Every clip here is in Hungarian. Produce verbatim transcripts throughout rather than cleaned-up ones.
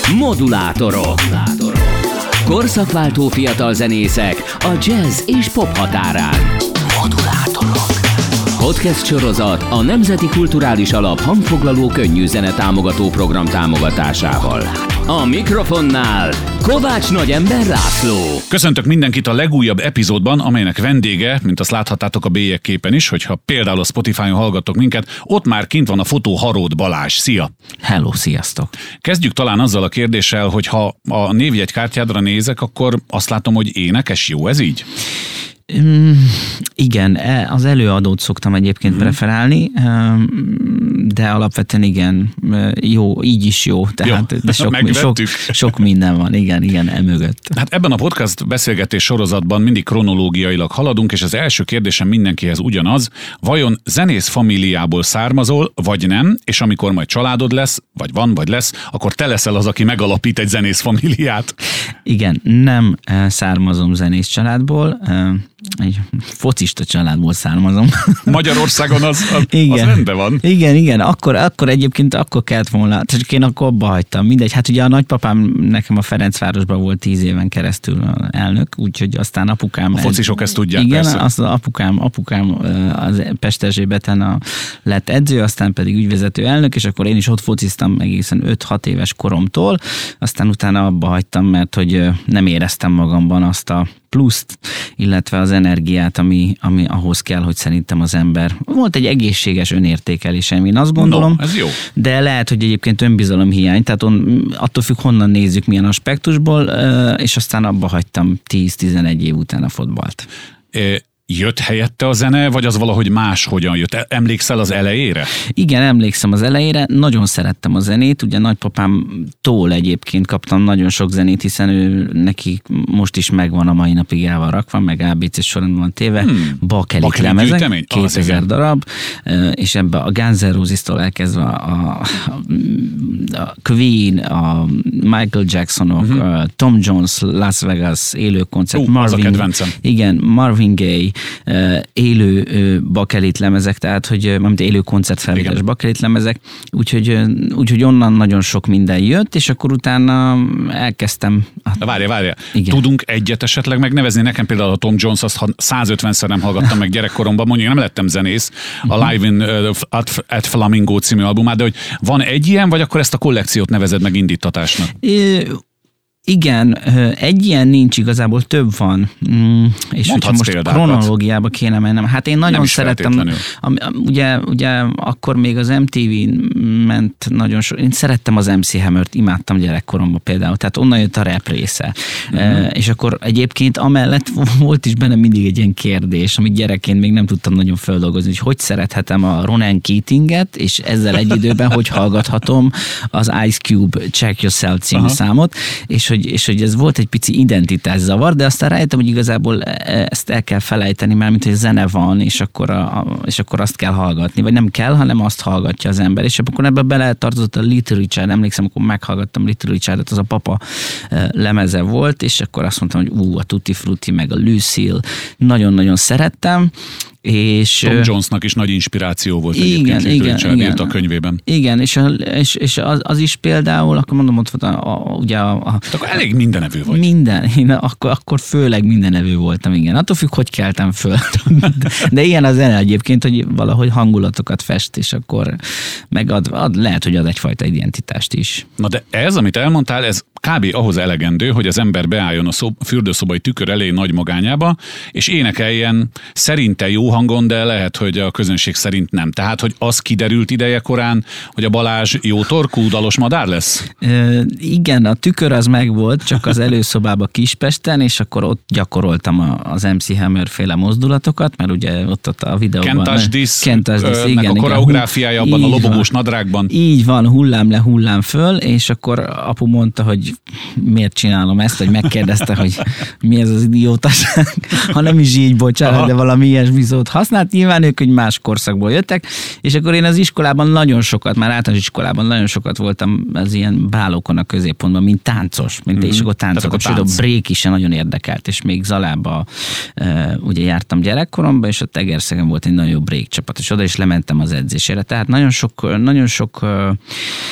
Modulátorok. Korszakváltó fiatal zenészek a jazz és pop határán. Modulátorok. Podcast sorozat a Nemzeti Kulturális Alap hangfoglaló könnyű zene támogató program támogatásával. A mikrofonnál Kovács Nagyember László. Köszöntök mindenkit a legújabb epizódban, amelynek vendége, mint azt láthattátok a bélyegképen is, hogyha például a Spotify-on hallgattok minket, ott már kint van a fotó Haróth Balázs. Szia! Hello, sziasztok! Kezdjük talán azzal a kérdéssel, hogy ha a névjegykártyádra nézek, akkor azt látom, hogy énekes, jó ez így? Mm, igen, az előadót szoktam egyébként mm. preferálni, de alapvetően igen, jó, így is jó, tehát jó, de sok, sok, sok minden van, igen, igen, emögött. Hát ebben a podcast beszélgetés sorozatban mindig kronológiailag haladunk, és az első kérdésem mindenkihez ugyanaz, vajon zenész famíliából származol, vagy nem, és amikor majd családod lesz, vagy van, vagy lesz, akkor te leszel az, aki megalapít egy zenész famíliát? Igen, nem származom zenész családból, egy focista családból származom. Magyarországon az, az, az rendben van. Igen, igen, akkor, akkor egyébként akkor kellett volna, csak én akkor abba hagytam, mindegy. Hát ugye a nagypapám nekem a Ferencvárosban volt tíz éven keresztül elnök, úgyhogy aztán apukám... A focisok ezt tudják, igen, persze. azt az apukám, apukám az Pesterzsébeten a, lett edző, aztán pedig ügyvezető elnök, és akkor én is ott fociztam egészen öt-hat éves koromtól, aztán utána abba hagytam, mert hogy nem éreztem magamban azt a pluszt, illetve az energiát, ami, ami ahhoz kell, hogy szerintem az ember. Volt egy egészséges önértékelésem, én azt gondolom, no, ez jó. De lehet, hogy egyébként önbizalom hiány, tehát on, attól függ, honnan nézzük, milyen aspektusból, és aztán abba hagytam tíz-tizenegy év után a fotballt. É. Jött helyette a zene, vagy az valahogy más hogyan jött? Emlékszel az elejére? Igen, emlékszem az elejére. Nagyon szerettem a zenét. Ugye nagypapámtól egyébként kaptam nagyon sok zenét, hiszen ő neki most is megvan a mai napig el van rakva, meg á bé cé során van téve. Hmm. Bakelit lemezek, kétezer darab, és ebben a Guns N' Roses-tól elkezdve a, a Queen, a Michael Jacksonok, uh-huh. Tom Jones, Las Vegas élő koncert. Uh, Marvin, az a kedvencem. Igen, Marvin Gaye, élő bakelit lemezek, tehát hogy mint élő koncertfelvételes bakelit lemezek, úgyhogy, úgyhogy onnan nagyon sok minden jött, és akkor utána elkezdtem. Várja, várja. Igen. Tudunk egyet esetleg megnevezni? Nekem például a Tom Jones, azt százötvenszer nem hallgattam meg gyerekkoromban, mondjuk nem lettem zenész, a Live in uh, at, at Flamingo című albumát, de hogy van egy ilyen, vagy akkor ezt a kollekciót nevezed meg indítatásnak? É, Igen, egy ilyen nincs, igazából több van. És hogyha most példákat. Kronológiába kéne mennem. Hát én nagyon szerettem, ugye, ugye akkor még az em té vén ment nagyon sok, én szerettem az em cé Hammert, imádtam gyerekkoromban például, tehát onnan jött a rap része. Uh-huh. És akkor egyébként amellett volt is benne mindig egy ilyen kérdés, amit gyerekként még nem tudtam nagyon feldolgozni, hogy hogy szerethetem a Ronan Keatinget, és ezzel egy időben hogy hallgathatom az Ice Cube Check Yourself című uh-huh. számot, és hogy, és hogy ez volt egy pici identitászavar, de aztán rájöttem, hogy igazából ezt el kell felejteni, mert mint hogy zene van, és akkor, a, és akkor azt kell hallgatni, vagy nem kell, hanem azt hallgatja az ember, és akkor ebbe beletartozott a Little Richard, emlékszem, akkor meghallgattam Little Richardot, az a papa lemeze volt, és akkor azt mondtam, hogy ú, a Tutti Frutti, meg a Lucille, nagyon-nagyon szerettem, és Tom Jonesnak is nagy inspiráció volt igen, egyébként, igen, Richard igen, írt a könyvében. Igen, és, a, és, és az, az is például, akkor mondom, ott volt a, a, ugye a, a... Akkor elég mindenevő vagy. Minden, én akkor, akkor főleg mindenevő voltam, igen. Attól függ, hogy keltem föl. De ilyen a zene egyébként, hogy valahogy hangulatokat fest, és akkor megad, ad, lehet, hogy ad egyfajta identitást is. Na de ez, amit elmondtál, ez kb. Ahhoz elegendő, hogy az ember beálljon a szob, fürdőszobai tükör elé nagy magányába, és énekeljen szerinte jó hangon, de lehet, hogy a közönség szerint nem. Tehát, hogy az kiderült ideje korán, hogy a Balázs jó torkú, dalos madár lesz? E, igen, a tükör az megvolt, csak az előszobában Kispesten, és akkor ott gyakoroltam az em cé Hammer féle mozdulatokat, mert ugye ott, ott a videóban... Kentas disz, Kentas disz, igen, igen, a koreográfiája abban a lobogós van, nadrágban. Így van, hullám le, hullám föl, és akkor apu mondta, hogy miért csinálom ezt, hogy megkérdezte, hogy mi ez az idiótaság, ha nem is így, bocsánat, aha. de valami ilyesmi szót használt. Nyilván ők, hogy más korszakból jöttek, és akkor én az iskolában nagyon sokat, már általános iskolában nagyon sokat voltam az ilyen bálókon a középpontban, mint táncos, mint mm-hmm. és akkor táncokat, sőt a break is nagyon érdekelt, és még Zalába uh, ugye jártam gyerekkoromban, és ott Egerszegen volt egy nagyon jó break csapat, és oda is lementem az edzésére. Tehát nagyon sok, nagyon sok uh,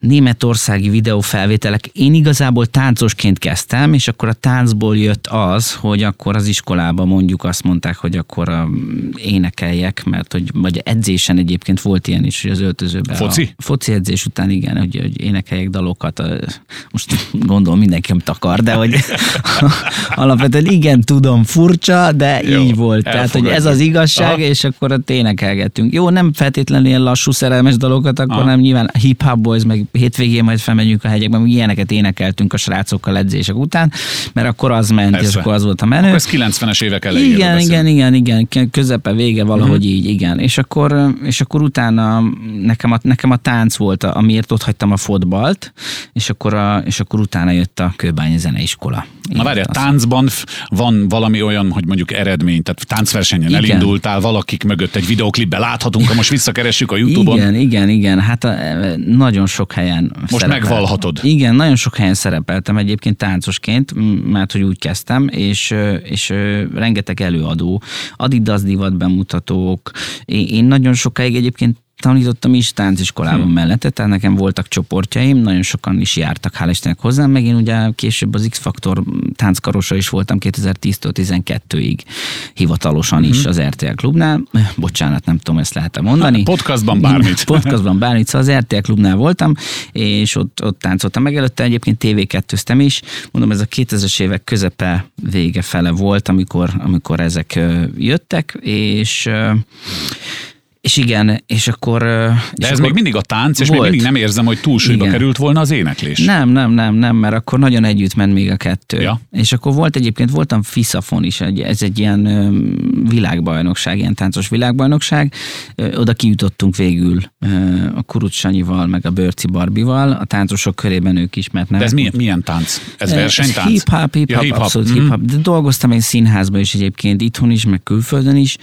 németországi videófelvételek. Én igazából táncosként kezdtem, és akkor a táncból jött az, hogy akkor az iskolában mondjuk azt mondták, hogy akkor a énekeljek, mert hogy vagy edzésen egyébként volt ilyen is, hogy az öltözőben. Foci? A foci edzés után igen, hogy, hogy énekeljek dalokat. Most gondolom mindenki, amit akar, de hogy alapvetően igen, tudom, furcsa, de jó, így volt. Tehát, hogy ez az igazság, aha. És akkor ott énekelgettünk. Jó, nem feltétlenül ilyen lassú szerelmes dalokat, akkor aha. Nem nyilván hip-hop boys, meg hétvégén majd felmegyünk a hegyekben, meg ilyeneket énekeltünk a srácokkal edzések után, mert akkor az ment, persze. És akkor az volt a menő. Akkor ez kilencvenes évek elején. Igen, igen, igen, igen, közepe, vége valahogy uh-huh. így, igen. És akkor, és akkor utána nekem a, nekem a tánc volt, amiért ott hagytam a fotbalt, és akkor, a, és akkor utána jött a Kőbányi Zeneiskola. Na várjál, táncban van valami olyan, hogy mondjuk eredmény, tehát táncversenyen igen. Elindultál, valakik mögött egy videóklipben láthatunk, ha most visszakeressük a YouTube-on. Igen, igen, igen, hát a, nagyon sok helyen most szerepeltem. Megvalhatod. Igen, nagyon sok helyen szerepeltem egyébként táncosként, mert hogy úgy kezdtem, és, és rengeteg előadó, Adidas divat bemutatók. Én nagyon sokáig egyébként tanítottam is tánciskolában hmm. mellette, tehát nekem voltak csoportjaim, nagyon sokan is jártak, hál' Istennek hozzám, meg én ugye később az X-Faktor tánckarosa is voltam kétezer-tíztől tizenkettőig hivatalosan hmm. is az er té el klubnál. Bocsánat, nem tudom, ezt lehet mondani. Hát, podcastban bármit. Podcastban bármit, szóval az er té el klubnál voltam, és ott, ott táncoltam meg. Előtte egyébként té vé kettőztem is. Mondom, ez a kétezres évek közepe vége fele volt, amikor, amikor ezek jöttek, és És igen, és akkor... De és ez akkor még mindig a tánc, és volt. Még mindig nem érzem, hogy túlsúlyba igen. került volna az éneklés. Nem, nem, nem, nem, mert akkor nagyon együtt ment még a kettő. Ja. És akkor volt egyébként, voltam Fiszafon is, ez egy ilyen világbajnokság, ilyen táncos világbajnokság. Oda kijutottunk végül a Kuruc Sanyival, meg a Börci Barbival, a táncosok körében ők ismertnek. De ez milyen, milyen tánc? Ez versenytánc? Hip-hop, hip-hop, ja, hip-hop. Abszolút mm. hip-hop. De dolgoztam egy színházban is egyébként, itthon is, meg külföldön is.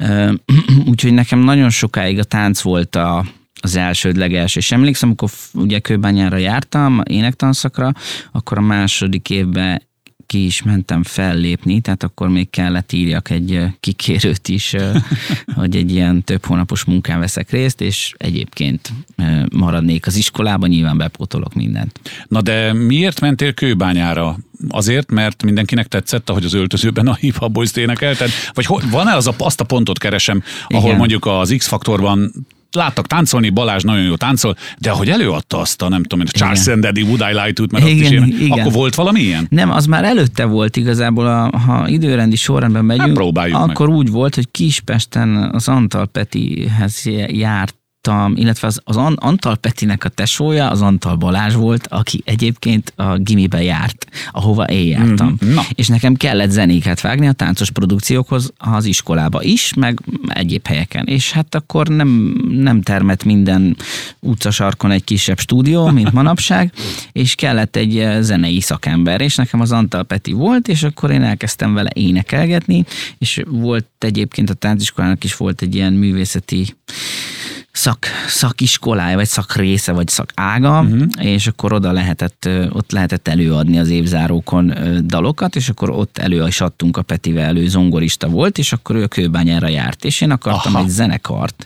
Úgyhogy nekem nagyon sokáig a tánc volt a, az elsődleges, és emlékszem, amikor ugye Kőbányára jártam, énektanszakra, akkor a második évben ki is mentem fellépni, tehát akkor még kellett írjak egy kikérőt is, hogy egy ilyen több hónapos munkán veszek részt, és egyébként maradnék az iskolában, nyilván bepótolok mindent. Na de miért mentél Kőbányára? Azért, mert mindenkinek tetszett, ahogy az öltözőben a hip-hop boys-t énekelted? Vagy van-e az a, azt a pontot keresem, ahol igen. mondjuk az X-faktorban láttak táncolni, Balázs nagyon jó táncol, de ahogy előadta azt a, nem tudom, a Charles and Daddy, Would I Lie To-t, mert igen, ott is ilyen, akkor volt valami ilyen? Nem, az már előtte volt igazából, a, ha időrendi sorrendben megyünk, hát akkor meg. Úgy volt, hogy Kispesten az Antal Petihez járt, illetve az, az Antal Petinek a tesója, az Antal Balázs volt, aki egyébként a gimibe járt, ahova én jártam. Mm-hmm. No. És nekem kellett zenéket vágni a táncos produkciókhoz az iskolába is, meg egyéb helyeken. És hát akkor nem, nem termett minden utcasarkon egy kisebb stúdió, mint manapság, és kellett egy zenei szakember, és nekem az Antal Peti volt, és akkor én elkezdtem vele énekelgetni, és volt egyébként a tánciskolának is volt egy ilyen művészeti szak, szakiskolája, vagy szakrésze, vagy szakága, uh-huh. és akkor oda lehetett, ott lehetett előadni az évzárókon dalokat, és akkor ott elő is adtunk a Petivel, elő zongorista volt, és akkor ő a Kőbányára járt, és én akartam aha. egy zenekart,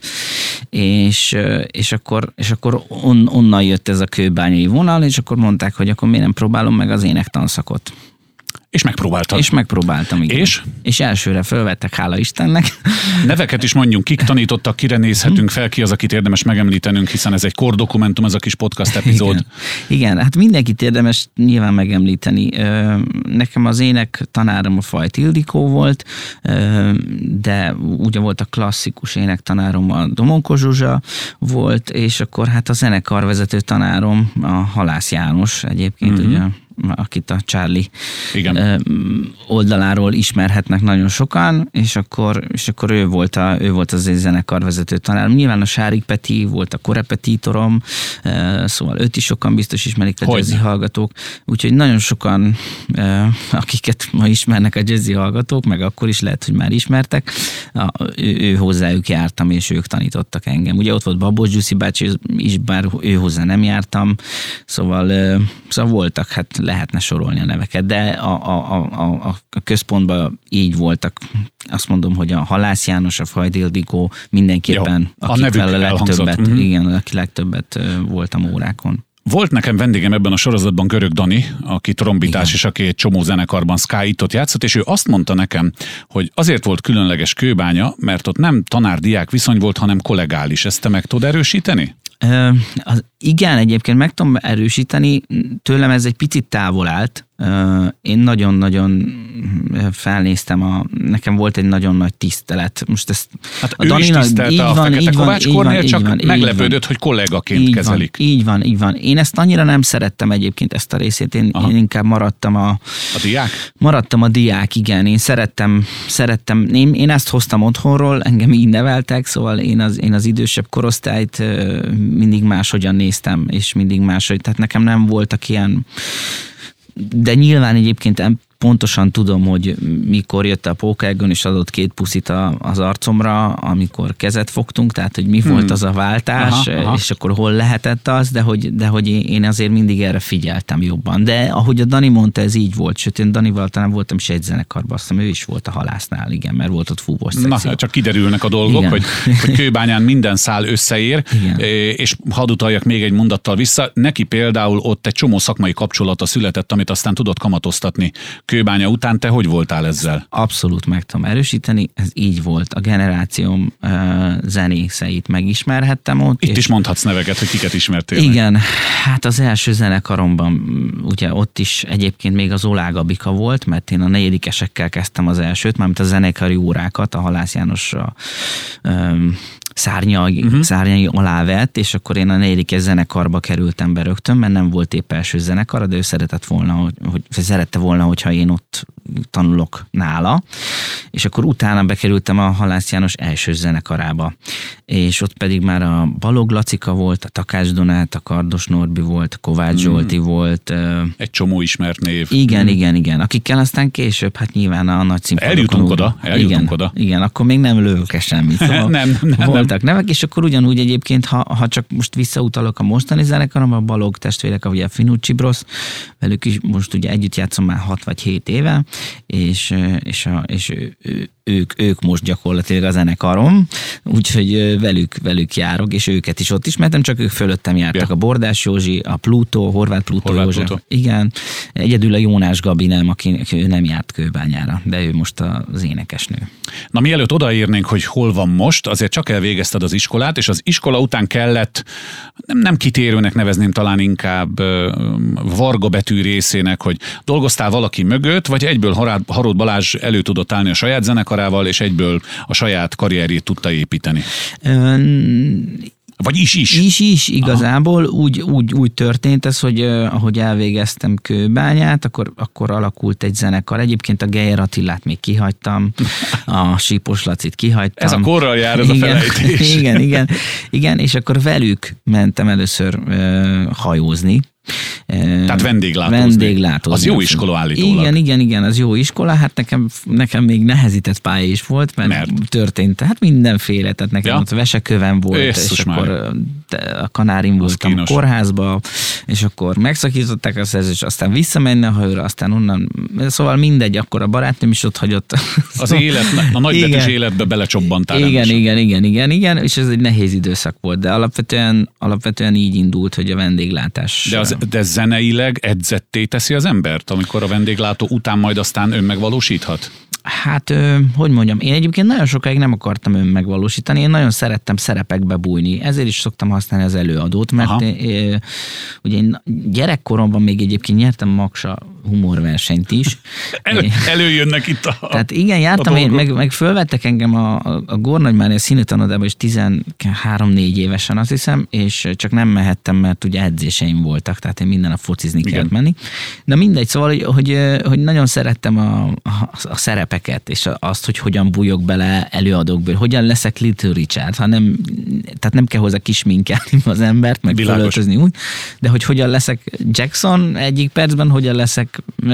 és, és akkor, és akkor on, onnan jött ez a kőbányai vonal, és akkor mondták, hogy akkor miért nem próbálom meg az énektanszakot. És megpróbáltad. És megpróbáltam, igen. És? És elsőre fölvettek, hála Istennek. Neveket is mondjunk, kik tanítottak, kire nézhetünk fel, ki az, akit érdemes megemlítenünk, hiszen ez egy kordokumentum, ez a kis podcast epizód. Igen. Igen, hát mindenkit érdemes nyilván megemlíteni. Nekem az ének tanárom a Fajt Ildikó volt, de ugye volt a klasszikus énektanárom, a Domonkos Zsuzsa volt, és akkor hát a zenekarvezető tanárom, a Halász János egyébként, mm-hmm. ugye, akit a Charlie igen. oldaláról ismerhetnek nagyon sokan, és akkor, és akkor ő volt, a, ő volt az egy zenekarvezető tanárom. Nyilván a Sárik Peti volt a korepetitorom, szóval őt is sokan biztos ismerik a jazzy hallgatók, úgyhogy nagyon sokan, akiket ma ismernek a jazzy hallgatók, meg akkor is lehet, hogy már ismertek, ő, ő hozzájuk jártam, és ők tanítottak engem. Ugye ott volt Babos Gyuszi bácsi is, bár ő hozzá nem jártam, szóval, szóval voltak, hát lehetne sorolni a neveket, de a, a, a, a központban így voltak. Azt mondom, hogy a Halász János, a Fajt Ildikó mindenképpen, akikkel a, a legtöbbet, mm-hmm. igen, aki legtöbbet voltam órákon. Volt nekem vendégem ebben a sorozatban Görög Dani, aki trombitás, igen, és aki egy csomó zenekarban Sky It-ot játszott, és ő azt mondta nekem, hogy azért volt különleges Kőbánya, mert ott nem tanár-diák viszony volt, hanem kollegális. Ezt te meg tudod erősíteni? Uh, az, igen, egyébként meg tudom erősíteni, tőlem ez egy picit távol állt. Uh, én nagyon-nagyon felnéztem, a, nekem volt egy nagyon nagy tisztelet. Most ezt hát a ő Dani, is tisztelte a Fekete Kovács Kornél, csak van, meglepődött, hogy kollégaként így kezelik. Van, így van, így van. Én ezt annyira nem szerettem egyébként, ezt a részét. Én, én inkább maradtam a... A diák? Maradtam a diák, igen. Én szerettem, szerettem én, én ezt hoztam otthonról, engem így neveltek, szóval én az, én az idősebb korosztályt mindig máshogyan néztem, és mindig máshogy. Tehát nekem nem voltak ilyen... De nyilván egyébként pontosan tudom, hogy mikor jött a pókergön, és adott két puszit a, az arcomra, amikor kezet fogtunk, tehát hogy mi hmm. volt az a váltás, aha, aha. és akkor hol lehetett az, de hogy, de hogy én azért mindig erre figyeltem jobban. De ahogy a Dani mondta, ez így volt, sőt én Danival talán voltam is egy zenekarban, azt hiszem, ő is volt a Halásznál, igen, mert volt ott fúvós szekció. Na, csak kiderülnek a dolgok, hogy, hogy Kőbányán minden szál összeér, igen. És hadd utaljak még egy mondattal vissza, neki például ott egy csomó szakmai kapcsolata született, amit aztán tudott kamatoztatni Kőbánya után. Te hogy voltál ezzel? Abszolút meg tudom erősíteni, ez így volt. A generációm uh, zenészeit megismerhettem ott. Itt is mondhatsz neveket, hogy kiket ismertél. Igen, meg. Hát az első zenekaromban, ugye ott is egyébként még az Olá Gabika volt, mert én a negyedikesekkel kezdtem az elsőt, mármint a zenekari órákat, a Halász János a, um, szárnyai, uh-huh. szárnyai alá vett, és akkor én a negyedikes zenekarba kerültem be rögtön, mert nem volt épp első zenekar, de ő szeretett volna, hogy, hogy szerette volna, hogyha én ott tanulok nála, és akkor utána bekerültem a Halász János első zenekarába, és ott pedig már a Balog Lacika volt, a Takács Donát, a Kardos Norbi volt, a Kovács Zsolti hmm. volt. Egy csomó ismert név. Igen, hmm. igen, igen. Akikkel aztán később, hát nyilván a nagy színpadokon. Eljutunk oda, eljutunk igen, oda. Igen, akkor még nem lövök semmit. Szóval nem, nem, voltak nem. nevek, és akkor ugyanúgy egyébként, ha, ha csak most visszautalok a mostani zenekarom, a Balog testvérek, ugye a Finucci Bros, velük is most ugye együtt játszom már hat vagy hét éve, és, és, a, és ő, ő, ők, ők most gyakorlatilag a zenekarom, úgyhogy velük, velük járok, és őket is ott ismertem, csak ők fölöttem jártak. Ja. A Bordás Józsi, a Plutó, Horváth Plutó Horváth József. Plutó. Igen, egyedül a Jónás Gabi nem, aki, aki ő nem járt Kőbányára, de ő most az énekesnő. Na mielőtt odaérnénk, hogy hol van most, azért csak elvégezted az iskolát, és az iskola után kellett, nem, nem kitérőnek nevezném, talán inkább uh, varga betű részének, hogy dolgoztál valaki mögött, vagy egyből Haróth Balázs elő tudott állni a saját zenekarával, és egyből a saját karrierjét tudta építeni? Ön... Vagy is is? Is is, igazából úgy, úgy, úgy történt ez, hogy uh, ahogy elvégeztem Kőbányát, akkor, akkor alakult egy zenekar. Egyébként a Geyer Attilát még kihagytam, a Sípos Lacit kihagytam. Ez a korral jár, ez igen, a felejtés. Igen, igen, igen, és akkor velük mentem először uh, hajózni. Tehát vendéglátózni. vendéglátózni. Az jó iskola állítólag. Igen, igen, igen, az jó iskola. Hát nekem, nekem még nehezített pálya is volt, mert, mert? történt. Hát mindenféle. Tehát nekem ja? ott vesekövem volt, Jézus és már. Akkor a Kanárin voltam a kórházba, és akkor megszakították a szerződést, aztán visszamenne a hajóra, aztán onnan, szóval mindegy, akkor a barátnőm is ott hagyott. Az élet, a nagybetűs életbe belecsobbantál. Igen, igen, igen, igen, igen, és ez egy nehéz időszak volt, de alapvetően, alapvetően így indult, hogy a vendéglátás. De, az, de zeneileg edzetté teszi az embert, amikor a vendéglátó után majd aztán önmegvalósíthat? Hát, hogy mondjam, én egyébként nagyon sokáig nem akartam önmegvalósítani, én nagyon szerettem szerepekbe bújni, ezért is szoktam használni az előadót, mert én, ugye én gyerekkoromban még egyébként nyertem Maksa humorversenyt is. El, előjönnek itt a Tehát igen, jártam én, meg, meg fölvettek engem a, a Gornagy Mária színűtanodába is tizenhárom-négy évesen, azt hiszem, és csak nem mehettem, mert ugye edzéseim voltak, tehát én minden nap focizni igen. kellett menni. De mindegy, szóval, hogy, hogy, hogy nagyon szerettem a, a, a szerepeket, és azt, hogy hogyan bújok bele előadókból, hogyan leszek Little Richard, hanem, tehát nem kell hozzá kisminkelni az embert, meg felöltözni úgy, de hogy hogyan leszek Jackson egyik percben, hogyan leszek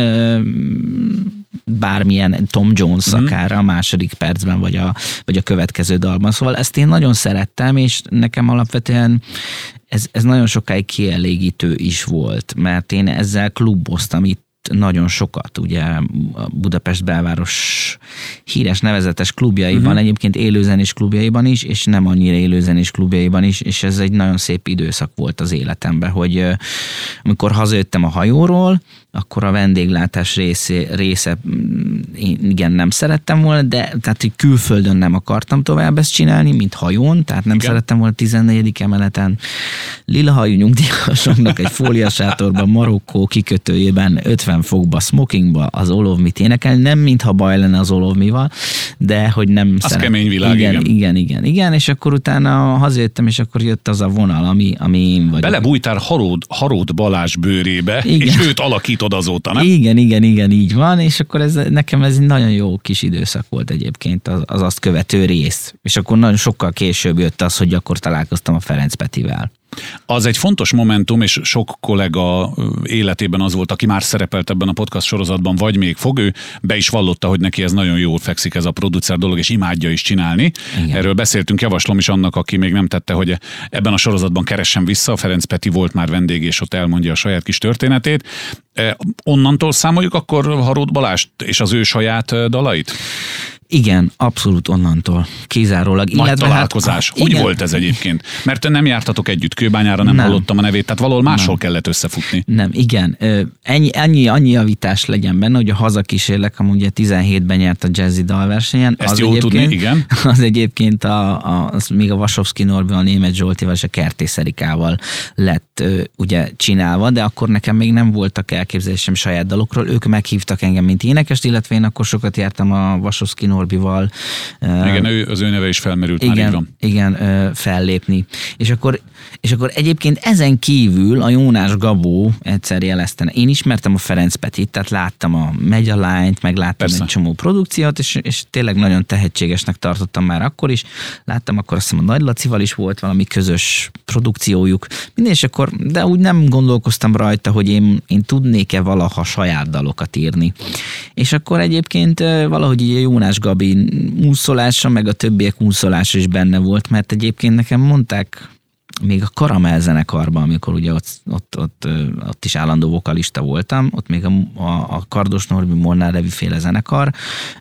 bármilyen Tom Jones mm. akár a második percben, vagy a, vagy a következő dalban. Szóval ezt én nagyon szerettem, és nekem alapvetően ez, ez nagyon sokáig kielégítő is volt, mert én ezzel kluboztam itt nagyon sokat, ugye a Budapest belváros híres nevezetes klubjaiban, uh-huh. egyébként élőzenés klubjaiban is, és nem annyira élőzenés klubjaiban is, és ez egy nagyon szép időszak volt az életemben, hogy amikor hazajöttem a hajóról, akkor a vendéglátás része, része igen, nem szerettem volna, de tehát, hogy külföldön nem akartam tovább ezt csinálni, mint hajón, tehát nem igen. szerettem volna a tizennegyedik emeleten lilahajú nyugdíjasoknak egy fóliasátorban, Marokkó kikötőjében, ötven fokba, smokingba az olovmit énekelni, nem mintha baj lenne az olovmival, de hogy nem az szeret... kemény világ, igen, igen. igen, igen, igen, és akkor utána hazajöttem, és akkor jött az a vonal, ami, ami én vagyok. Belebújtál Haród, Haród Balázs bőrébe, igen. és őt alakítod azóta, nem? Igen, igen, igen, így van, és akkor ez, nekem ez egy nagyon jó kis időszak volt egyébként az, az azt követő rész. És akkor nagyon sokkal később jött az, hogy akkor találkoztam a Ferenc Petivel. Az egy fontos momentum, és sok kollega életében az volt, aki már szerepelt ebben a podcast sorozatban, vagy még fog, ő be is vallotta, hogy neki ez nagyon jól fekszik ez a producer dolog, és imádja is csinálni. Igen. Erről beszéltünk, javaslom is annak, aki még nem tette, hogy ebben a sorozatban keressen vissza. A Ferenc Peti volt már vendég, és ott elmondja a saját kis történetét. Onnantól számoljuk akkor Haród Balást és az ő saját dalait? Igen, abszolút onnantól. Kizárólag. Nagy találkozás. Hát, Hogy igen. volt ez egyébként? Mert nem jártatok együtt Kőbányára, nem, nem hallottam a nevét, tehát valahol máshol nem. kellett összefutni. Nem, igen. Ennyi, ennyi, annyi javítás legyen benne, hogy a Hazakísérlek amúgy tizenhétben nyert a jazzy dalversenyen. Ezt az jól tudni, igen. Az egyébként a, a, az még a Vasovszky Norbi, a Németh Zsoltival és a Kertész Erikával lett ugye csinálva, de akkor nekem még nem voltak elképzelésem saját dalokról. Ők meghívtak engem, mint énekest, illetve én akkor sokat jártam a Vasovszky Norbival. Igen, ő, az ő neve is felmerült igen, már, így van. Igen, fellépni. És akkor, és akkor egyébként ezen kívül a Jónás Gabó egyszer jelezte. Én ismertem a Ferenc Petit, tehát láttam a Megy a Lányt, meg láttam Persze. egy csomó produkciót, és, és tényleg nagyon tehetségesnek tartottam már akkor is. Láttam akkor azt hiszem a Nagy Lacival is volt valami közös produkciójuk. Minden, és akkor, de úgy nem gondolkoztam rajta, hogy én, én tudnék-e valaha saját dalokat írni. És akkor egyébként valahogy így a Jónás Gabi úszolása, meg a többiek úszolása is benne volt, mert egyébként nekem mondták még a Karamell zenekarban, amikor ugye ott, ott, ott, ott is állandó vokalista voltam, ott még a, a, a Kardos Norbi Molnár Levi féle zenekar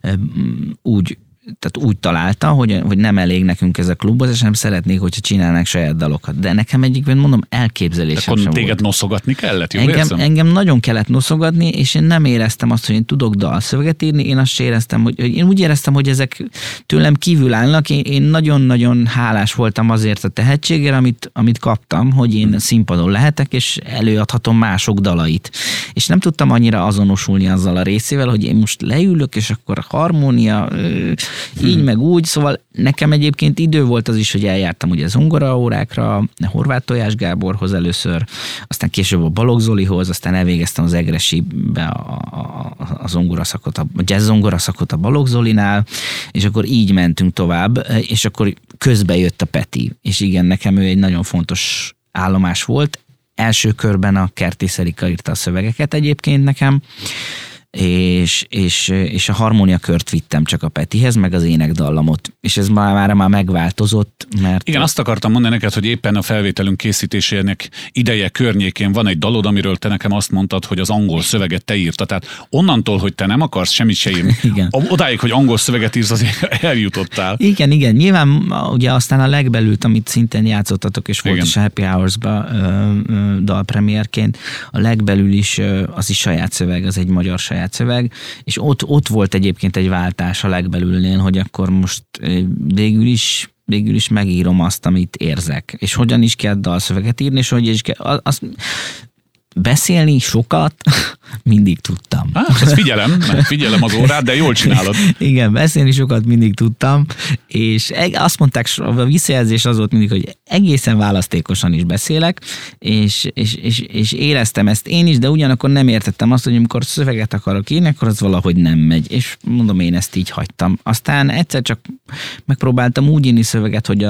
úgy tehát úgy találta, hogy, hogy nem elég nekünk ez a klubozás, hanem szeretnék, hogyha csinálnánk saját dalokat. De nekem egyikben mondom, elképzelésem sem volt. Téged noszogatni kellett, jól engem, érzem? Engem nagyon kellett noszogatni, és én nem éreztem azt, hogy én tudok dalszöveget írni, én azt éreztem, hogy, hogy én úgy éreztem, hogy ezek tőlem kívül állnak, én, én nagyon-nagyon hálás voltam azért a tehetségért, amit, amit kaptam, hogy én színpadon lehetek, és előadhatom mások dalait. És nem tudtam annyira azonosulni azzal a részével, hogy én most leülök, és akkor a harmónia így hmm. meg úgy, szóval nekem egyébként idő volt az is, hogy eljártam ugye zongoraórákra, Horváth Tojás Gáborhoz először, aztán később a Balogh Zolihoz, aztán elvégeztem az Egressy-be a, a, a zongoraszakot, a jazz zongoraszakot a Balogh Zolinál, és akkor így mentünk tovább, és akkor közbe jött a Peti, és igen, nekem ő egy nagyon fontos állomás volt. Első körben a Kertész Erika írta a szövegeket egyébként nekem, és, és, és a harmóniakört vittem csak a Petihez, meg az énekdallamot. És ez már, már, már megváltozott, mert... Igen, azt akartam mondani neked, hogy éppen a felvételünk készítésének ideje környékén van egy dalod, amiről te nekem azt mondtad, hogy az angol szöveget te írtad. Tehát onnantól, hogy te nem akarsz semmit se írni, igen. odáig, hogy angol szöveget írsz, azért eljutottál. Igen, igen. Nyilván ugye aztán a legbelült, amit szintén játszottatok, és volt igen. is a Happy Hours-ba dalpremierként, a legbelül is az is saját szöveg, az egy magyar saját szöveg, és ott, ott volt egyébként egy váltás a legbelülnél, hogy akkor most végül is végül is megírom azt, amit érzek. És hogyan is kell dalszöveget írni, és hogy is kell, azt beszélni sokat mindig tudtam. Hát, ezt figyelem, figyelem az órát, de jól csinálod. Igen, beszélni sokat mindig tudtam, és azt mondták, a visszajelzés az volt mindig, hogy egészen választékosan is beszélek, és, és, és, és éreztem ezt én is, de ugyanakkor nem értettem azt, hogy amikor szöveget akarok írni, akkor az valahogy nem megy, és mondom, én ezt így hagytam. Aztán egyszer csak megpróbáltam úgy írni szöveget, hogy a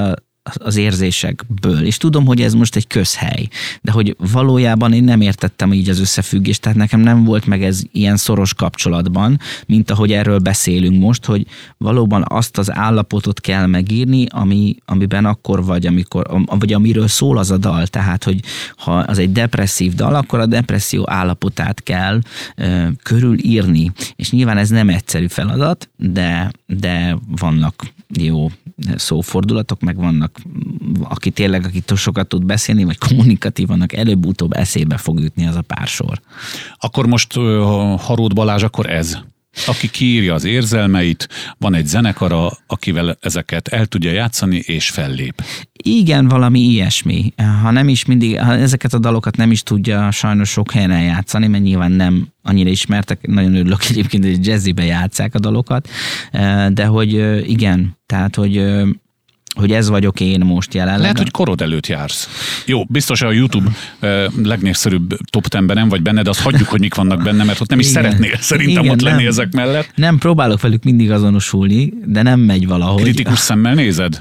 az érzésekből, és tudom, hogy ez most egy közhely, de hogy valójában én nem értettem így az összefüggést, tehát nekem nem volt meg ez ilyen szoros kapcsolatban, mint ahogy erről beszélünk most, hogy valóban azt az állapotot kell megírni, ami, amiben akkor vagy, amikor, vagy amiről szól az a dal, tehát, hogy ha az egy depresszív dal, akkor a depresszió állapotát kell ö, körülírni, és nyilván ez nem egyszerű feladat, de, de vannak jó szófordulatok, meg vannak, aki tényleg, aki sokat tud beszélni, vagy kommunikatívanak, előbb-utóbb eszébe fog jutni az a pár sor. Akkor most Haróth Balázs, akkor ez? Aki kiírja az érzelmeit, van egy zenekara, akivel ezeket el tudja játszani, és fellép. Igen, valami ilyesmi. Ha nem is mindig, ha ezeket a dalokat nem is tudja sajnos sok helyen eljátszani, mert nyilván nem annyira ismertek, nagyon örülök egyébként, hogy jazzibe játsszák a dalokat, de hogy igen, tehát, hogy hogy ez vagyok én most jelenleg. Lehet, hogy korod előtt jársz. Jó, biztos a YouTube legnépszerűbb top tízben nem vagy benne, de azt hagyjuk, hogy mik vannak benne, mert ott nem is igen. szeretnél szerintem igen, ott lenni nem, ezek mellett. Nem, próbálok velük mindig azonosulni, de nem megy valahogy. Kritikus szemmel nézed?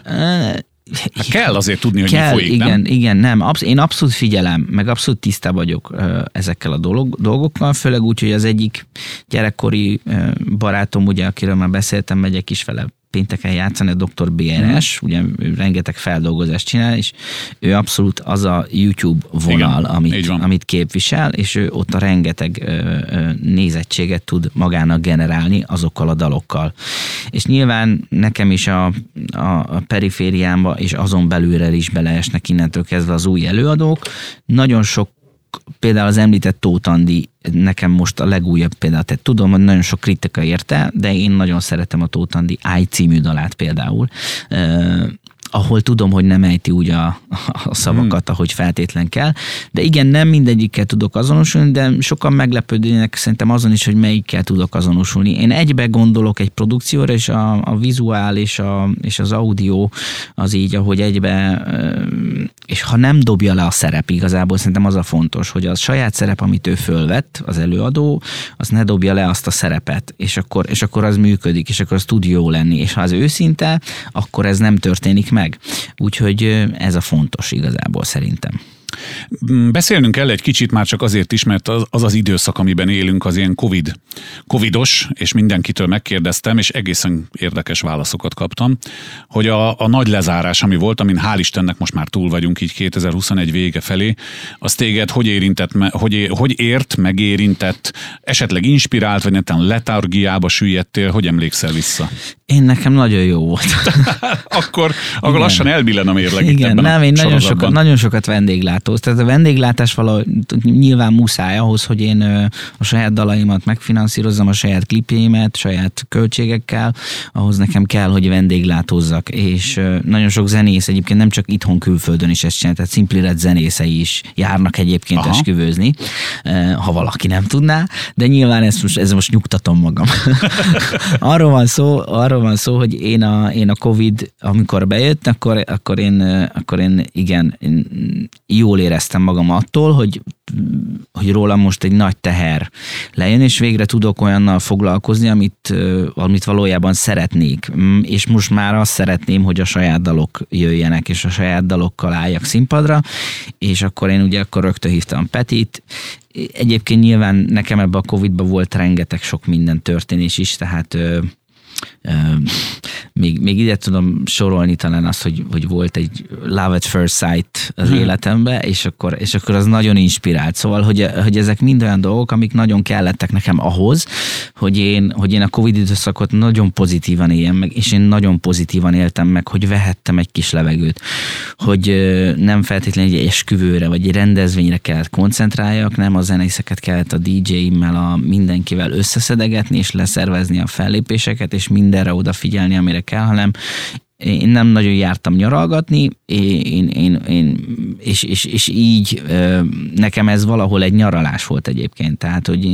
Hát kell azért tudni, hogy kell, mi folyik, igen, nem? Igen, nem. Absz- én abszolút figyelem, meg abszolút tiszta vagyok uh, ezekkel a dolog, dolgokkal, főleg úgy, hogy az egyik gyerekkori uh, barátom, ugye, akiről már beszéltem, megyek is vele pénteken játszani, a doktor bé er es, hmm. ugye ő rengeteg feldolgozást csinál, és ő abszolút az a YouTube vonal, igen, amit, amit képvisel, és ő ott a rengeteg ö, ö, nézettséget tud magának generálni azokkal a dalokkal. És nyilván nekem is a, a, a perifériámba, és azon belülre is beleesnek innentől kezdve az új előadók. Nagyon sok, például az említett Tóth Andi, nekem most a legújabb például, tehát tudom, hogy nagyon sok kritika érte, de én nagyon szeretem a Tóth Andi Áj című dalát például, uh, ahol tudom, hogy nem ejti úgy a, a szavakat, hmm. ahogy feltétlen kell. De igen, nem mindegyikkel tudok azonosulni, de sokan meglepődnének szerintem azon is, hogy melyikkel tudok azonosulni. Én egybe gondolok egy produkcióra, és a, a vizuál és, a, és az audio az így, ahogy egybe, és ha nem dobja le a szerep, igazából szerintem az a fontos, hogy a saját szerep, amit ő fölvett, az előadó, az ne dobja le azt a szerepet, és akkor, és akkor az működik, és akkor az tud jó lenni. És ha az őszinte, akkor ez nem történik meg. Úgyhogy ez a fontos igazából szerintem. Beszélnünk kell egy kicsit már csak azért is, mert az az, az időszak, amiben élünk, az ilyen COVID, covidos, és mindenkitől megkérdeztem, és egészen érdekes válaszokat kaptam, hogy a, a nagy lezárás, ami volt, amin hál' Istennek most már túl vagyunk így kétezer-huszonegy vége felé, az téged hogy érintett, hogy, hogy ért, megérintett, esetleg inspirált, vagy netán letargiába süllyedtél, hogy emlékszel vissza? Én nekem nagyon jó volt. akkor akkor lassan elbillen a mérleg. Igen, nem, én nagyon sokat, nagyon sokat vendéglátóz. Tehát a vendéglátás valahogy nyilván muszáj ahhoz, hogy én a saját dalaimat megfinanszírozzam, a saját klipjeimet, saját költségekkel, ahhoz nekem kell, hogy vendéglátózzak. És nagyon sok zenész egyébként nem csak itthon, külföldön is ezt csinál, tehát Simply Red zenészei is járnak egyébként aha. esküvőzni, ha valaki nem tudná, de nyilván ezt most, ez most nyugtatom magam. arról van szó, arról van szó, hogy én a, én a Covid, amikor bejött, akkor, akkor, én, akkor én igen, én jól éreztem magam attól, hogy, hogy rólam most egy nagy teher lejön, és végre tudok olyannal foglalkozni, amit, amit valójában szeretnék. És most már azt szeretném, hogy a saját dalok jöjjenek, és a saját dalokkal álljak színpadra, és akkor én ugye akkor rögtön hívtam Petit. Egyébként nyilván nekem ebben a Covidba volt rengeteg sok minden történés is, tehát Uh, még, még ide tudom sorolni talán azt, hogy, hogy volt egy Love at First Sight az hmm. életemben, és akkor, és akkor az nagyon inspirált. Szóval, hogy, hogy ezek mind olyan dolgok, amik nagyon kellettek nekem ahhoz, hogy én, hogy én a Covid időszakot nagyon pozitívan éljem meg, és én nagyon pozitívan éltem meg, hogy vehettem egy kis levegőt, hogy nem feltétlenül egy esküvőre, vagy egy rendezvényre kellett koncentráljak, nem a zenészeket kellett a dé dzsé-immel, a mindenkivel összeszedegetni, és leszervezni a fellépéseket, és mindenre odafigyelni, amire kell, hanem én nem nagyon jártam nyaralgatni, én, én, én, és, és, és így nekem ez valahol egy nyaralás volt egyébként, tehát hogy én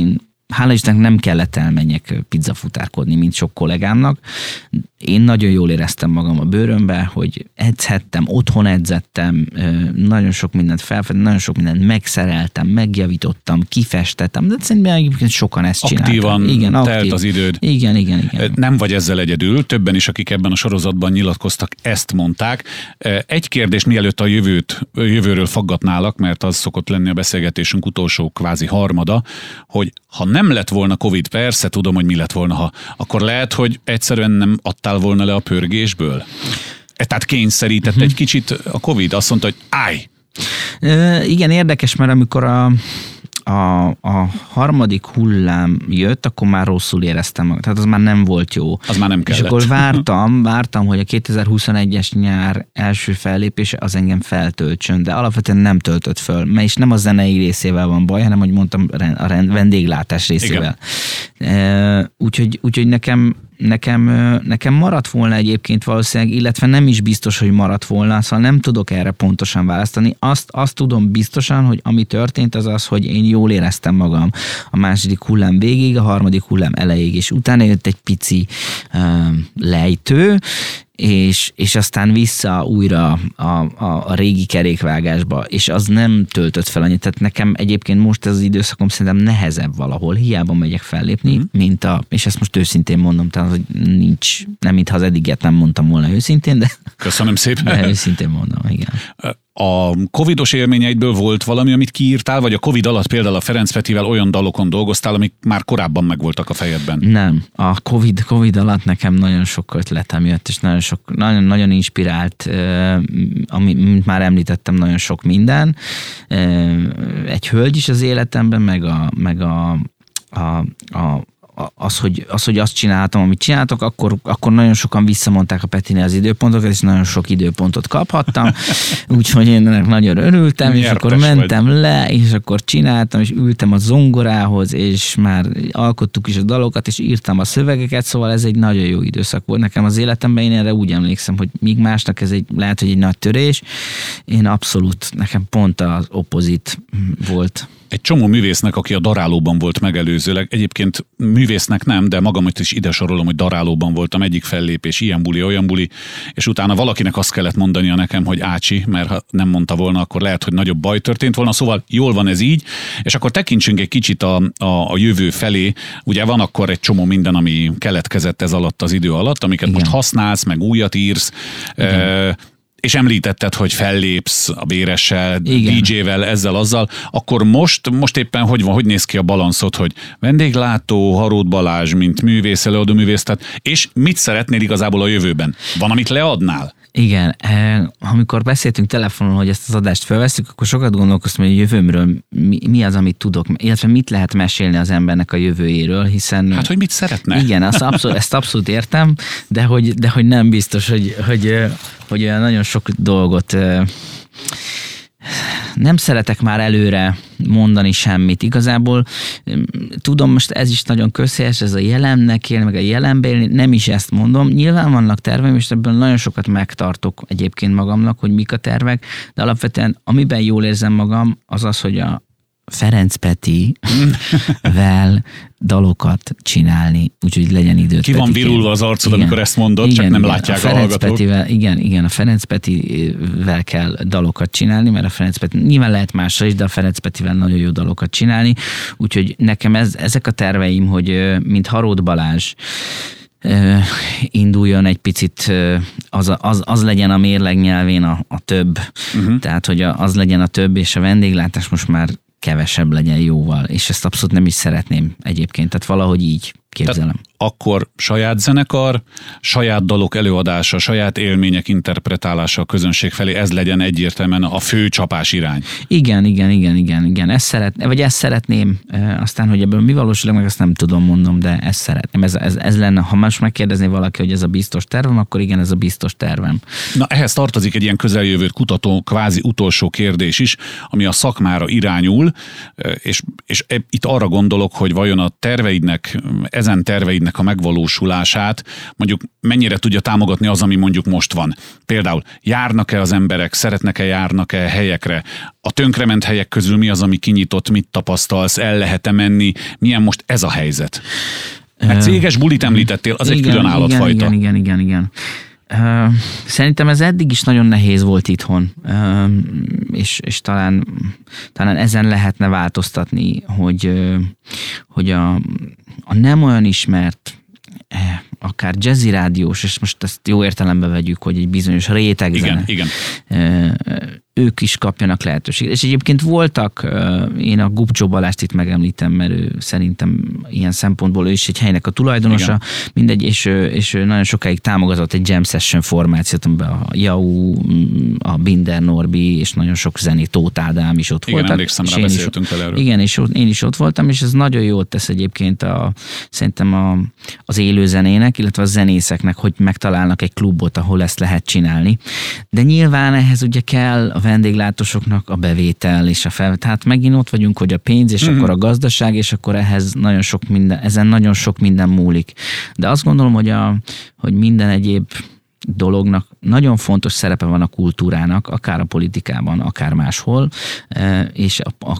hála Istennek nem kellett elmenjek pizzafutárkodni, mint sok kollégámnak. Én nagyon jól éreztem magam a bőrömbe, hogy edzhettem, otthon edzettem, nagyon sok mindent felfedtem, nagyon sok mindent megszereltem, megjavítottam, kifestettem, de szerintem egyébként sokan ezt csináltak. Aktívan igen, telt aktív. az időd. Igen, igen, igen. Nem vagy ezzel egyedül, többen is, akik ebben a sorozatban nyilatkoztak, ezt mondták. Egy kérdés, mielőtt a jövőt, jövőről faggatnálak, mert az szokott lenni a beszélgetésünk utolsó kvázi harmada, hogy ha nem lett volna Covid, persze tudom, hogy mi lett volna, ha, akkor lehet, hogy egyszerűen nem adtál volna le a pörgésből? E, tehát kényszerített uh-huh. egy kicsit a Covid, azt mondta, hogy állj! E, igen, érdekes, mert amikor a A, a harmadik hullám jött, akkor már rosszul éreztem magam. Tehát az már nem volt jó. Az már nem kellett. És akkor vártam, vártam, hogy a kétezer-huszonegyes nyár első fellépése az engem feltöltsön, de alapvetően nem töltött föl. Mert is nem a zenei részével van baj, hanem, hogy mondtam, a vendéglátás részével. E, úgyhogy, úgyhogy nekem Nekem, nekem maradt volna egyébként valószínűleg, illetve nem is biztos, hogy maradt volna, szóval nem tudok erre pontosan választani. Azt, azt tudom biztosan, hogy ami történt az az, hogy én jól éreztem magam a második hullám végéig, a harmadik hullám elejéig, és utána jött egy pici uh, lejtő, és, és aztán vissza újra a, a, a régi kerékvágásba, és az nem töltött fel annyit. Tehát nekem egyébként most ez az időszakom szerintem nehezebb valahol, hiába megyek fellépni, mm. mint a, és ezt most őszintén mondom, tehát hogy nincs, nem mintha az eddiget nem mondtam volna őszintén, de... Köszönöm szépen. De őszintén mondom, igen. A covidos élményeidből volt valami, amit kiírtál, vagy a Covid alatt például a Ferenc Petivel olyan dalokon dolgoztál, amik már korábban megvoltak a fejedben? Nem. A Covid, Covid alatt nekem nagyon sok ötletem jött, és nagyon sok, nagyon, nagyon inspirált, ami, mint már említettem, nagyon sok minden. Egy hölgy is az életemben, meg a, meg a, a, a Az hogy, az, hogy azt csináltam, amit csináltok, akkor, akkor nagyon sokan visszamondták a Petinél az időpontokat, és nagyon sok időpontot kaphattam, úgyhogy én ennek nagyon örültem, Nyertes és akkor mentem vagy. le, és akkor csináltam, és ültem a zongorához, és már alkottuk is a dalokat, és írtam a szövegeket, szóval ez egy nagyon jó időszak volt nekem az életemben, én erre úgy emlékszem, hogy míg másnak ez egy, lehet, hogy egy nagy törés, én abszolút, nekem pont az opozit volt. Egy csomó művésznek, aki a darálóban volt megelőzőleg, egyébként művésznek nem, de magamat is ide sorolom, hogy darálóban voltam, egyik fellépés, ilyen buli, olyan buli, és utána valakinek azt kellett mondania nekem, hogy ácsi, mert ha nem mondta volna, akkor lehet, hogy nagyobb baj történt volna, szóval jól van ez így, és akkor tekintsünk egy kicsit a, a, a jövő felé. Ugye van akkor egy csomó minden, ami keletkezett ez alatt az idő alatt, amiket Igen. most használsz, meg újat írsz, e- és említetted, hogy fellépsz a Béressel, dé dzsével, ezzel, azzal, akkor most, most éppen hogy van, hogy néz ki a balanszod, hogy vendéglátó, Haróth Balázs, mint művész, előadó művész, tehát, és mit szeretnél igazából a jövőben? Van, amit leadnál? Igen, amikor beszéltünk telefonon, hogy ezt az adást felveszünk, akkor sokat gondolkoztam, hogy a jövőmről mi, mi az, amit tudok, illetve mit lehet mesélni az embernek a jövőjéről, hiszen... Hát, hogy mit szeretne? Igen, azt abszolút, ezt abszolút értem, de hogy, de hogy nem biztos, hogy, hogy, hogy olyan nagyon sok dolgot... Nem szeretek már előre mondani semmit. Igazából tudom, most ez is nagyon közhelyes, ez a jelennek élni, meg a jelenbe élni, nem is ezt mondom. Nyilván vannak terveim, és ebből nagyon sokat megtartok egyébként magamnak, hogy mik a tervek, de alapvetően amiben jól érzem magam, az az, hogy a Ferenc Petivel dalokat csinálni, úgyhogy legyen időt. Ki van virulva az arcod, igen, amikor ezt mondod, igen, csak nem igen, látják a, a hallgatók. Petivel, igen, igen, a Ferenc Petivel kell dalokat csinálni, mert a Ferenc Peti, nyilván lehet másra is, de a Ferenc Petivel nagyon jó dalokat csinálni, úgyhogy nekem ez, ezek a terveim, hogy mint Haróth Balázs, induljon egy picit, az, az, az legyen a mérleg nyelvén a, a több, uh-huh. tehát hogy az legyen a több, és a vendéglátás most már kevesebb legyen jóval, és ezt abszolút nem is szeretném egyébként, tehát valahogy így képzelem. Tehát akkor saját zenekar, saját dalok előadása, saját élmények interpretálása a közönség felé, ez legyen egyértelműen a fő csapás irány. Igen, igen, igen, igen, igen. Ezt szeretném, vagy ezt szeretném, aztán, hogy ebből mi valósul meg, azt nem tudom, mondom, de ezt szeretném. Ez, ez, ez lenne, ha most megkérdezné valaki, hogy ez a biztos tervem, akkor igen, ez a biztos tervem. Na, ehhez tartozik egy ilyen közeljövőt kutató, kvázi utolsó kérdés is, ami a szakmára irányul, és, és itt arra gondolok, hogy vajon a terveidnek, ezen terveidnek a megvalósulását mondjuk mennyire tudja támogatni az, ami mondjuk most van. Például járnak-e az emberek, szeretnek-e, járnak-e helyekre? A tönkrement helyek közül mi az, ami kinyitott, mit tapasztalsz, el lehet-e menni? Milyen most ez a helyzet? Mert céges bulit említettél, az igen, egy külön állatfajta. Igen, igen, igen, igen. Uh, szerintem ez eddig is nagyon nehéz volt itthon, uh, és, és talán, talán ezen lehetne változtatni, hogy, uh, hogy a, a nem olyan ismert, eh, akár jazzy rádiós, és most ezt jó értelembe vegyük, hogy egy bizonyos rétegzene. Igen, igen. Uh, ők is kapjanak lehetőséget. És egyébként voltak, én a Gubcsó Balást itt megemlítem, mert ő szerintem ilyen szempontból ő is egy helynek a tulajdonosa, igen. mindegy, és, és ő nagyon sokáig támogatott egy jam session formációt, amiben a Jau, a Binder Norbi, és nagyon sok zenét, Tóth Ádám is ott igen, voltak. Emlékszem rá, beszéltünk vele erről. Igen, és én is ott voltam, és ez nagyon jót tesz egyébként a, szerintem a, az élő zenének, illetve a zenészeknek, hogy megtalálnak egy klubot, ahol ezt lehet csinálni. De nyilván ehhez ugye kell a vendéglátósoknak a bevétel és a fel... Tehát megint ott vagyunk, hogy a pénz, és mm-hmm. akkor a gazdaság, és akkor ehhez nagyon sok minden, ezen nagyon sok minden múlik. De azt gondolom, hogy, a, hogy minden egyéb dolognak nagyon fontos szerepe van a kultúrának, akár a politikában, akár máshol, és a, a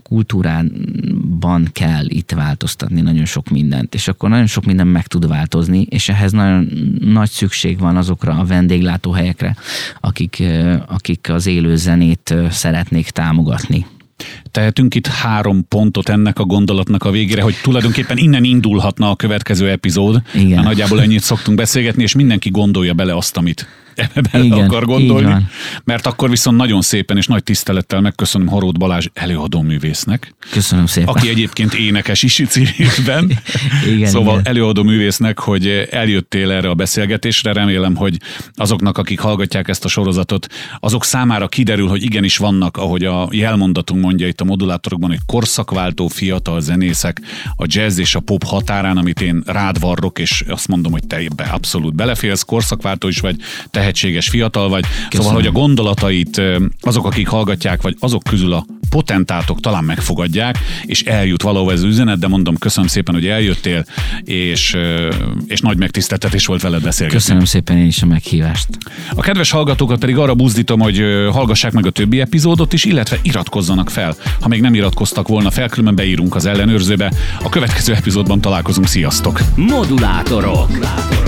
kultúrában kell itt változtatni nagyon sok mindent, és akkor nagyon sok minden meg tud változni, és ehhez nagyon nagy szükség van azokra a vendéglátóhelyekre, akik, akik az élő zenét szeretnék támogatni. Tehetünk itt három pontot ennek a gondolatnak a végére, hogy tulajdonképpen innen indulhatna a következő epizód. Igen. Mert nagyjából ennyit szoktunk beszélgetni, és mindenki gondolja bele azt, amit bele igen, akar gondolni. Mert akkor viszont nagyon szépen és nagy tisztelettel megköszönöm Haróth Balázs előadóművésznek. Köszönöm szépen. Aki egyébként énekes is civilben. igen, szóval igen. előadóművésznek, hogy eljöttél erre a beszélgetésre. Remélem, hogy azoknak, akik hallgatják ezt a sorozatot, azok számára kiderül, hogy igenis vannak, ahogy a jelmondatunk mondja itt a modulátorokban, hogy korszakváltó fiatal zenészek a jazz és a pop határán, amit én rád varrok, és azt mondom, hogy te ebbe abszolút beleférsz, korszakváltó is vagy, tehetséges fiatal vagy. Köszönöm. Szóval, hogy a gondolatait azok, akik hallgatják, vagy azok közül a potentátok talán megfogadják, és eljut valahol ez az üzenet, de mondom, köszönöm szépen, hogy eljöttél, és, és nagy megtiszteltetés volt veled beszélgetni. Köszönöm szépen én is a meghívást. A kedves hallgatókat pedig arra buzdítom, hogy hallgassák meg a többi epizódot is, illetve iratkozzanak fel. Ha még nem iratkoztak volna fel, különben beírunk az ellenőrzőbe. A következő epizódban találkozunk, sziasztok! Modulátorok.